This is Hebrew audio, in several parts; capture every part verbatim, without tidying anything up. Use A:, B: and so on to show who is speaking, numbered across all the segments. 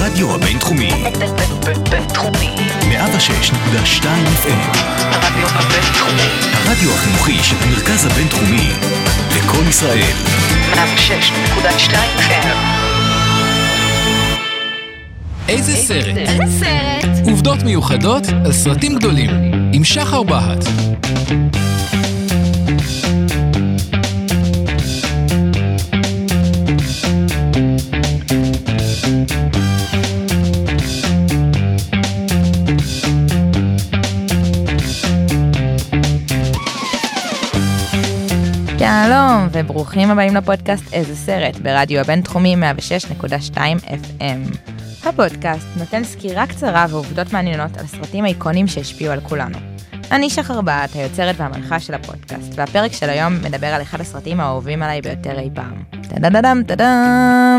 A: הרדיו הבינתחומי.
B: בינתחומי.
A: מאה ושש נקודה שתיים אף אם.
B: הרדיו הבינתחומי.
A: הרדיו החינוכי של המרכז הבינתחומי. לקול ישראל.
B: מאה ושש נקודה שתיים אף אם.
C: איזה סרט?
D: איזה סרט?
C: עובדות מיוחדות על סרטים גדולים עם שחר בהט.
D: שלום וברוכים הבאים לפודקאסט איזה סרט ברדיו הבינתחומי מאה ושש נקודה שתיים אף אם. הפודקאסט נותן סקירה קצרה ועובדות מעניינות על סרטים איקונים שהשפיעו על כולנו. אני שחר בהט, היוצרת והמנחה של הפודקאסט, והפרק של היום מדבר על אחד הסרטים האהובים עליי ביותר אי פעם. טדדדם טדם.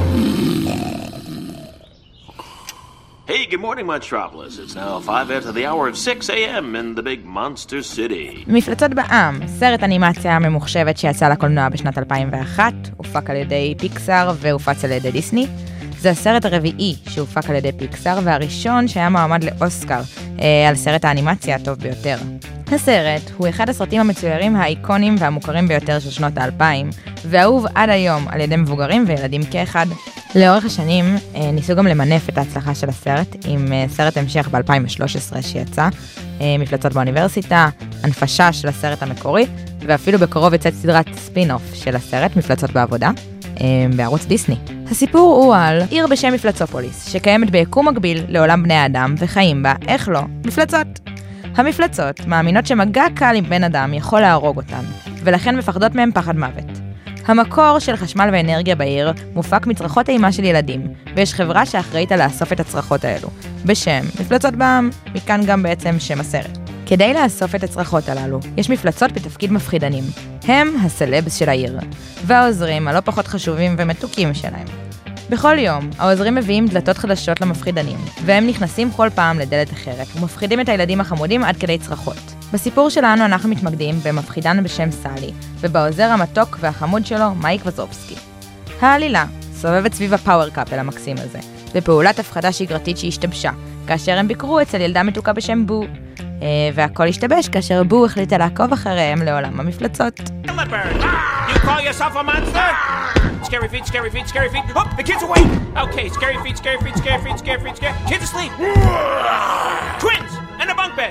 E: Hey, good morning, Metropolis. It's now five after the hour of six a.m. in the big monster city.
D: מפלצות בעם, סרט אנימציה ממוחשבת שיצא לקולנוע בשנת אלפיים ואחת, הופק על ידי פיקסאר והופץ על ידי דיסני. זה הסרט הרביעי שהופק על ידי פיקסאר והראשון שהיה מועמד לאוסקר אה, על סרט האנימציה הטוב ביותר. הסרט הוא אחד הסרטים המצוירים האיקונים והמוכרים ביותר של שנות האלפיים, ואהוב עד היום על ידי מבוגרים וילדים כאחד. לאורך השנים אה, ניסו גם למנף את ההצלחה של הסרט עם אה, סרט המשך ב-אלפיים ושלוש עשרה שיצא, אה, מפלצות באוניברסיטה, הנפשה של הסרט המקורי, ואפילו בקרוב יצאת סדרת ספין-אוף של הסרט מפלצות בעבודה, אה, בערוץ דיסני. הסיפור הוא על עיר בשם מפלצופוליס, שקיימת ביקום מקביל לעולם בני האדם וחיים בה, איך לא, מפלצות. המפלצות מאמינות שמגע קל עם בן אדם יכול להרוג אותן, ולכן מפחדות מהם פחד מוות. המקור של חשמל ואנרגיה בעיר מופק מצרכות אימה של ילדים, ויש חברה שאחראית על לאסוף את הצרכות האלו, בשם מפלצות בעם, מכאן גם בעצם שם הסרט. כדי לאסוף את הצרכות הללו, יש מפלצות בתפקיד מפחידנים. הם הסלבס של העיר, והעוזרים הלא פחות חשובים ומתוקים שלהם. בכל יום, העוזרים מביאים דלתות חדשות למפחידנים, והם נכנסים כל פעם לדלת אחרת, ומפחידים את הילדים החמודים עד כדי צרחות. בסיפור שלנו אנחנו מתמקדים במפחידן בשם סאלי, ובעוזר המתוק והחמוד שלו, מייק וזובסקי. העלילה סובבת סביב הפאוור קאפל המקסים הזה, בפעולת הפחדה שגרתית שהשתבשה, כאשר הם ביקרו אצל ילדה מתוקה בשם בו. והכל השתבש כאשר בו החליטה לעקוב אחריהם לעולם המפלצות.
F: You call yourself a monster? Scary feet, scary feet, scary feet. Oh, the kids awake. Okay, scary feet, scary feet, scary feet, scary feet, scary. Kids asleep. Twins in a bunk bed.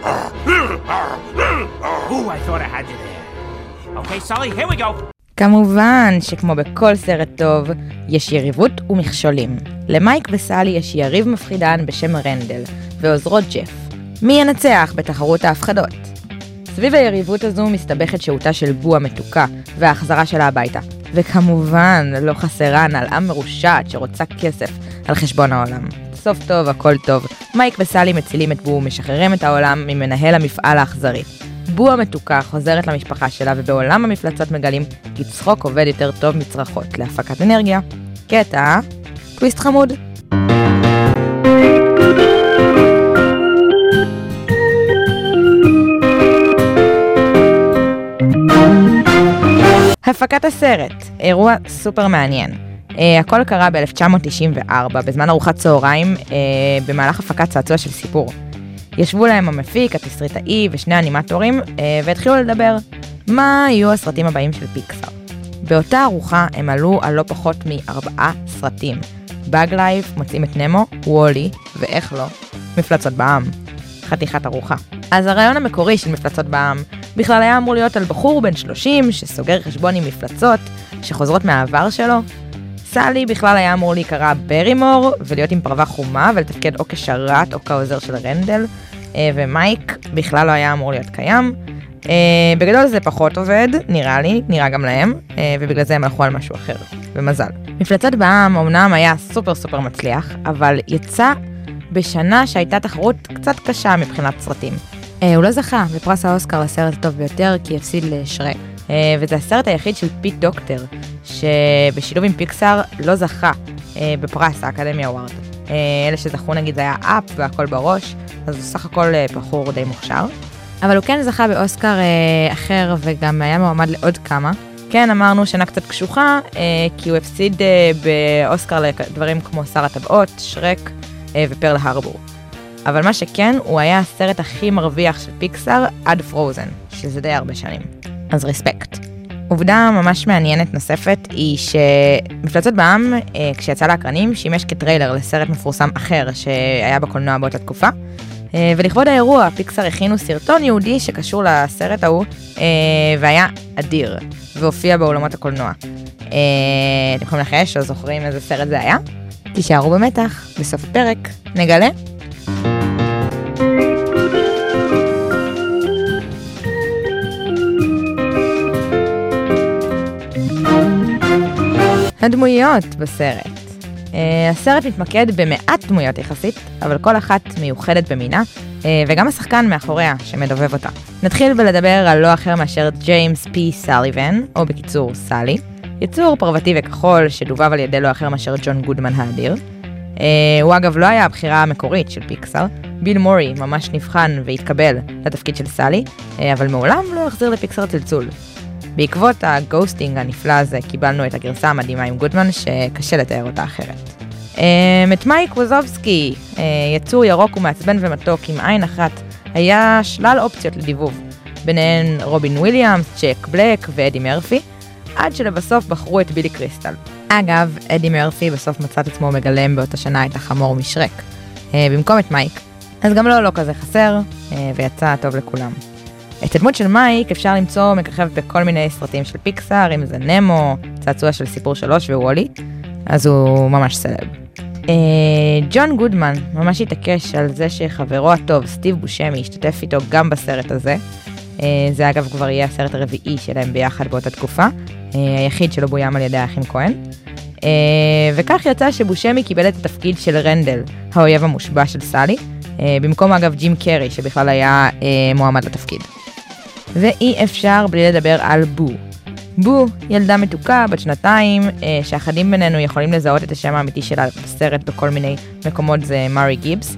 F: Ooh, I thought I had you there. Okay, Sully, here we go.
D: כמובן שכמו בכל סרט טוב, יש יריבות ומכשולים. למייק וסאלי יש יריב מפחידן בשם רנדל, ועוזרו ג'ף. מי ינצח בתחרות ההפחדות? סביב היריבות הזו מסתבכת שהותה של בו המתוקה וההחזרה שלה הביתה. וכמובן לא חסרה נעלעה מרושעת שרוצה כסף על חשבון העולם. סוף טוב, הכל טוב. מייק וסאלי מצילים את בו ומשחררים את העולם ממנהל המפעל האכזרי. בו המתוקה חוזרת למשפחה שלה ובעולם המפלצות מגלים כי צחוק עובד יותר טוב מצרכות להפקת אנרגיה. קטע, טוויסט חמוד. הפקת הסרט, אירוע סופר מעניין. Uh, הכל קרה ב-אלף תשע מאות תשעים וארבע, בזמן ארוחת צהריים, uh, במהלך הפקת צעצוע של סיפור. ישבו להם המפיק, התסריטאי ושני האנימטורים, uh, והתחילו לדבר מה יהיו הסרטים הבאים של פיקסאר. באותה ארוחה הם עלו על לא פחות מארבעה סרטים. באג לייף, מוצאים את נמו, וולי, ואיך לא, מפלצות בעם. חתיכת ארוחה. אז הרעיון המקורי של מפלצות בעם בכלל היה אמור להיות על בחור בן שלושים שסוגר חשבון עם מפלצות שחוזרות מהעבר שלו. סאלי בכלל היה אמור להיקרא ברימור ולהיות עם פרווה חומה ולתפקד או כשרת או כעוזר של רנדל, ומייק בכלל לא היה אמור להיות קיים. בגדול זה פחות עובד, נראה לי, נראה גם להם, ובגלל זה הם הלכו על משהו אחר, ומזל. מפלצות בעם אומנם היה סופר סופר מצליח, אבל יצא בשנה שהייתה תחרות קצת קשה מבחינת סרטים. הוא לא זכה בפרס האוסקר לסרט הטוב ביותר כי הפסיד לשרק. וזה הסרט היחיד של פיט דוקטר, שבשילוב עם פיקסאר לא זכה בפרס האקדמיה אווארד. אלה שזכו נגיד זה היה אפ והכל בראש, אז הוא סך הכל בחור די מוכשר. אבל הוא כן זכה באוסקר אחר וגם היה מועמד לעוד כמה, כן, אמרנו שנה קצת קשוחה, כי הוא הפסיד באוסקר לדברים כמו שר הטבעות, שרק ופרל הרבור. אבל מה שכן, הוא היה הסרט הכי מרוויח של פיקסאר עד פרוזן, שזה די הרבה שנים. אז רספקט. עובדה ממש מעניינת נוספת היא שמפלצות בעם, כשיצא להקרנים, שימש כטריילר לסרט מפורסם אחר שהיה בקולנוע באותה תקופה. ולכבוד האירוע, פיקסאר הכינו סרטון יהודי שקשור לסרט ההוא, והיה אדיר, והופיע באולמות הקולנוע. אתם יכולים לחש או זוכרים איזה סרט זה היה? תישארו במתח, בסוף הפרק נגלה. הדמויות בסרט. Uh, הסרט מתמקד במעט דמויות יחסית, אבל כל אחת מיוחדת במינה, uh, וגם השחקן מאחוריה שמדובב אותה. נתחיל בלדבר על לא אחר מאשר ג'יימס פי סאליבן, או בקיצור סאלי, יצור פרוותי וכחול שדובב על ידי לא אחר מאשר ג'ון גודמן האדיר. Uh, הוא אגב לא היה הבחירה המקורית של פיקסאר, ביל מורי ממש נבחן והתקבל לתפקיד של סאלי, uh, אבל מעולם לא החזיר לפיקסאר צלצול. בעקבות הגוסטינג הנפלא הזה קיבלנו את הגרסה המדהימה עם גודמן שקשה לתאר אותה אחרת. את מייק ווזובסקי, יצור ירוק ומעצבן ומתוק עם עין אחת, היה שלל אופציות לדיבוב, ביניהן רובין וויליאמס, ג'ק בלק ואדי מרפי, עד שלבסוף בחרו את בילי קריסטל. אגב, אדי מרפי בסוף מצא את עצמו מגלם באותה שנה את החמור משרק, במקום את מייק, אז גם לא לא כזה חסר, ויצא טוב לכולם. את הדמות של מייק אפשר למצוא מככב בכל מיני סרטים של פיקסאר, אם זה נמו, צעצוע של סיפור שלוש ווולי, אז הוא ממש סלב. ג'ון גודמן ממש התעקש על זה שחברו הטוב, סטיב בושמי, השתתף איתו גם בסרט הזה. זה אגב כבר יהיה הסרט הרביעי שלהם ביחד באותה תקופה, היחיד שלו בוים על ידי האחים כהן. וכך יצא שבושמי קיבל את התפקיד של רנדל, האויב המושבע של סאלי, במקום אגב ג'ים קרי שבכלל היה מועמד לתפקיד. ואי אפשר בלי לדבר על בו. בו, ילדה מתוקה בת שנתיים, שאחדים בינינו יכולים לזהות את השם האמיתי שלה בסרט בכל מיני מקומות, זה מארי גיבס.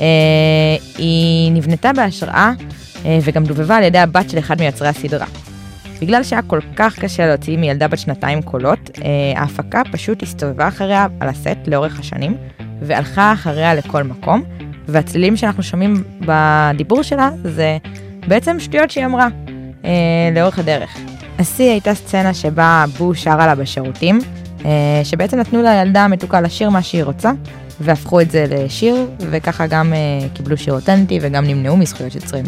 D: היא נבנתה בהשראה וגם דובבה על ידי הבת של אחד מיוצרי הסדרה. בגלל שהיה כל כך קשה להוציא מילדה בת שנתיים קולות, ההפקה פשוט הסתובבה אחריה על הסט לאורך השנים, והלכה אחריה לכל מקום, והצלילים שאנחנו שומעים בדיבור שלה זה בעצם שטויות שהיא אמרה אה, לאורך הדרך. השיא הייתה סצנה שבה בו שרה לה בשירותים, אה, שבעצם נתנו לילדה המתוקה לשיר מה שהיא רוצה, והפכו את זה לשיר, וככה גם אה, קיבלו שיר אותנטי וגם נמנעו מזכויות יוצרים.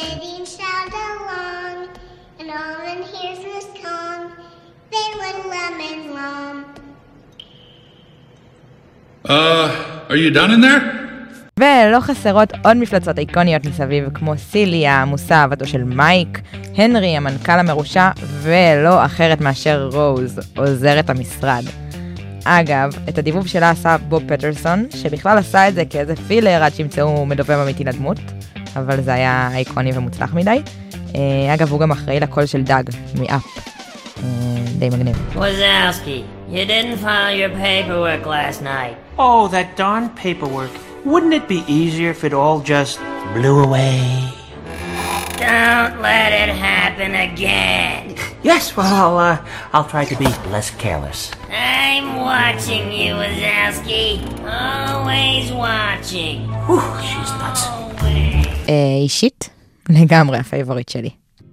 A: Uh, are you done in there?
D: ולא חסרות עוד מפלצות איקוניות מסביב, כמו סילי, העמוסה, אהבתו של מייק, הנרי, המנכ"ל המרושע, ולא אחרת מאשר רוז, עוזרת המשרד. אגב, את הדיבוב שלה עשה בוב פטרסון, שבכלל עשה את זה כאיזה פילר עד שימצאו מדובב אמיתי לדמות, אבל זה היה איקוני ומוצלח מדי. אגב, הוא גם אחראי לקול של דאג, מאפ. די מגניב.
G: Wazowski, you didn't file your paperwork last night.
F: Oh, that darn paperwork. Wouldn't it be easier if it all just blew away?
G: Don't let it happen again.
F: Yes, well, I'll, uh, I'll try to be less careless.
G: I'm watching you, Wazowski. Always watching.
F: Whew, she's nuts.
D: אישית? לגמרי הפייבוריט שלי.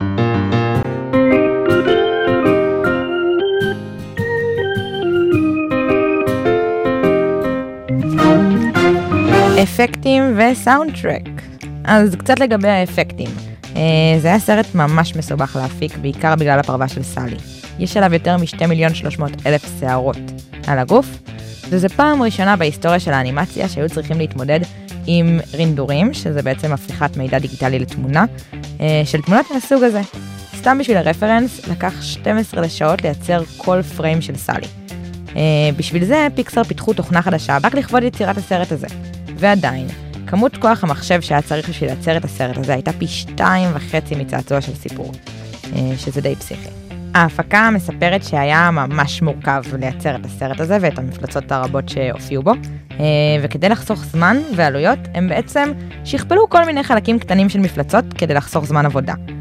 D: אפקטים וסאונדטרק. אז קצת לגבי האפקטים. זה היה סרט ממש מסובך להפיק, בעיקר בגלל הפרווה של סאלי. יש עליו יותר משתי מיליון שלוש מאות אלף שערות על הגוף, וזו פעם ראשונה בהיסטוריה של האנימציה שהיו צריכים להתמודד עם רינדורים, שזה בעצם הפיכת מידע דיגיטלי לתמונה, של תמונות מהסוג הזה. סתם בשביל הרפרנס, לקח שתים עשרה שעות לייצר כל פריים של סאלי. בשביל זה פיקסאר פיתחו תוכנה חדשה רק לכבוד יצירת הסרט הזה. ועדיין, כמות כוח המחשב שהיה צריך בשביל לייצר את הסרט הזה הייתה פי שתיים וחצי מצעצוע של סיפור, שזה די פסיכי. ההפקה מספרת שהיה ממש מורכב לייצר את הסרט הזה ואת המפלצות הרבות שהופיעו בו, וכדי לחסוך זמן ועלויות, הם בעצם שכפלו כל מיני חלקים קטנים של מפלצות כדי לחסוך זמן עבודה.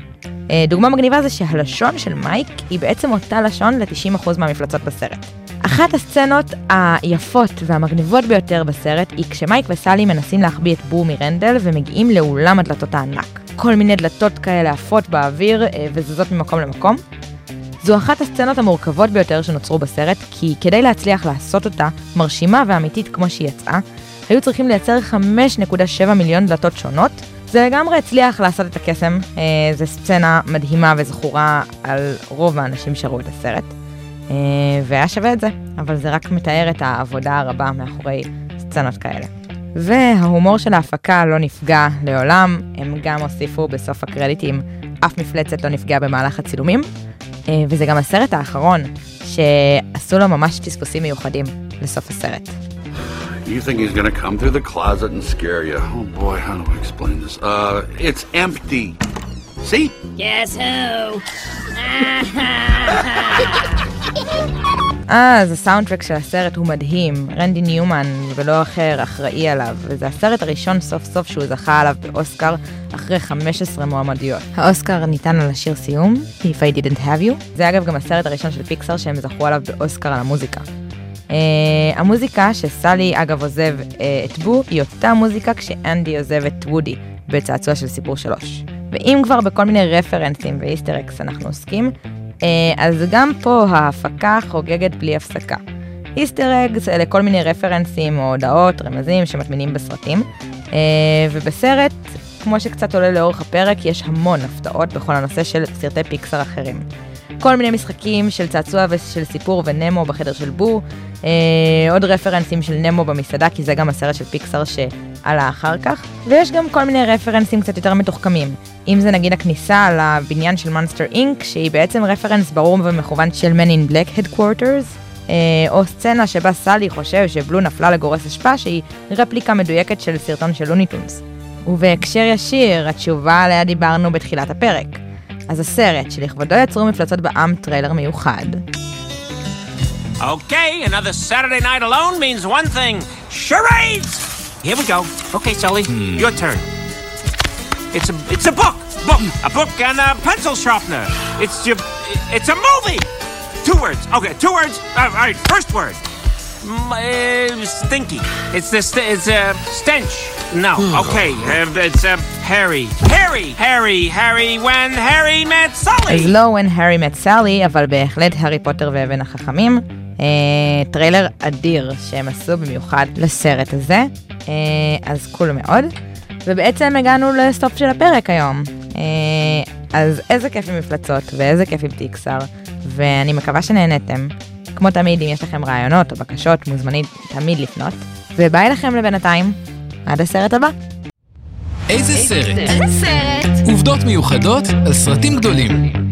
D: דוגמה מגניבה זה שהלשון של מייק היא בעצם אותה לשון ל-תשעים אחוז מהמפלצות בסרט. אחת הסצנות היפות והמגניבות ביותר בסרט היא כשמייק וסלי מנסים להחביא את בו מרנדל ומגיעים לאולם הדלתות הענק. כל מיני דלתות כאלה עפות באוויר וזזות ממקום למקום. זו אחת הסצנות המורכבות ביותר שנוצרו בסרט, כי כדי להצליח לעשות אותה מרשימה ואמיתית כמו שהיא יצאה, היו צריכים לייצר חמש נקודה שבע מיליון דלתות שונות. זה לגמרי הצליח לעשות את הקסם, זו סצנה מדהימה וזכורה על רוב האנשים שראו את הסרט. והיה שווה את זה, אבל זה רק מתאר את העבודה הרבה מאחורי סצנות כאלה. וההומור של ההפקה לא נפגע לעולם, הם גם הוסיפו בסוף הקרדיטים, אף מפלצת לא נפגע במהלך הצילומים, וזה גם הסרט האחרון שעשו לו ממש פספוסים מיוחדים לסוף הסרט.
H: You think he's gonna come through the closet and scare you? Oh boy, how do I explain this? Uh, it's empty. See?
G: Guess who?
D: אז הסאונדטרק של הסרט הוא מדהים, רנדי ניומן ולא אחר אחראי עליו, וזה הסרט הראשון סוף סוף שהוא זכה עליו באוסקר אחרי חמש עשרה מועמדויות. האוסקר ניתן על השיר סיום, If I Didn't Have You. זה אגב גם הסרט הראשון של פיקסאר שהם זכו עליו באוסקר על המוזיקה. Uh, המוזיקה שסלי אגב עוזב uh, את בו היא אותה מוזיקה כשאנדי עוזב את וודי בצעצוע של סיפור שלוש. ואם כבר בכל מיני רפרנסים ואיסטר אקס אנחנו עוסקים, uh, אז גם פה ההפקה חוגגת בלי הפסקה. איסטר אקס אלה כל מיני רפרנסים או הודעות, רמזים שמטמינים בסרטים, uh, ובסרט, כמו שקצת עולה לאורך הפרק, יש המון הפתעות בכל הנושא של סרטי פיקסאר אחרים. כל מיני משחקים של צעצוע ושל סיפור ונמו בחדר של בו, אה, עוד רפרנסים של נמו במסעדה, כי זה גם הסרט של פיקסאר שעלה אחר כך, ויש גם כל מיני רפרנסים קצת יותר מתוחכמים. אם זה נגיד הכניסה לבניין של מונסטר אינק, שהיא בעצם רפרנס ברור ומכוון של Men in Black Headquarters, אה, או סצנה שבה סלי חושב שבלו נפלה לגורס אשפה, שהיא רפליקה מדויקת של סרטון של לוניטונס. ובהקשר ישיר, התשובה עליה דיברנו בתחילת הפרק. אז הסרט שלכבודו יצרו מפלצות בעם טריילר מיוחד.
F: Okay, another Saturday night alone means one thing. Charades! Here we go. Okay, Sully, hmm. your turn. It's a it's a book. Book. A book and a pencil sharpener. It's your, it's a movie. Two words. Okay, two words. Uh, all right, first word. Uh, stinky. It's this. It's a uh, stench. No. Okay. Uh, it's a uh, Harry. Harry. Harry. Harry. When Harry met Sally.
D: אז לא when Harry met Sally, אבל בהחלט הארי פוטר ואבן החכמים. אה, טריילר אדיר שהם עשו במיוחד לסרט הזה. אה, אז קול מאוד. ובעצם הגענו לסוף של הפרק היום. אה, אז איזה כיף עם מפלצות ואיזה כיף עם פיקסאר. ואני מקווה שנהנתם. כמו תמיד, אם יש לכם רעיונות או בקשות, מוזמנים תמיד לפנות. וביי לכם לבינתיים, עד הסרט הבא.
C: איזה סרט? איזה סרט? עובדות מיוחדות על סרטים גדולים.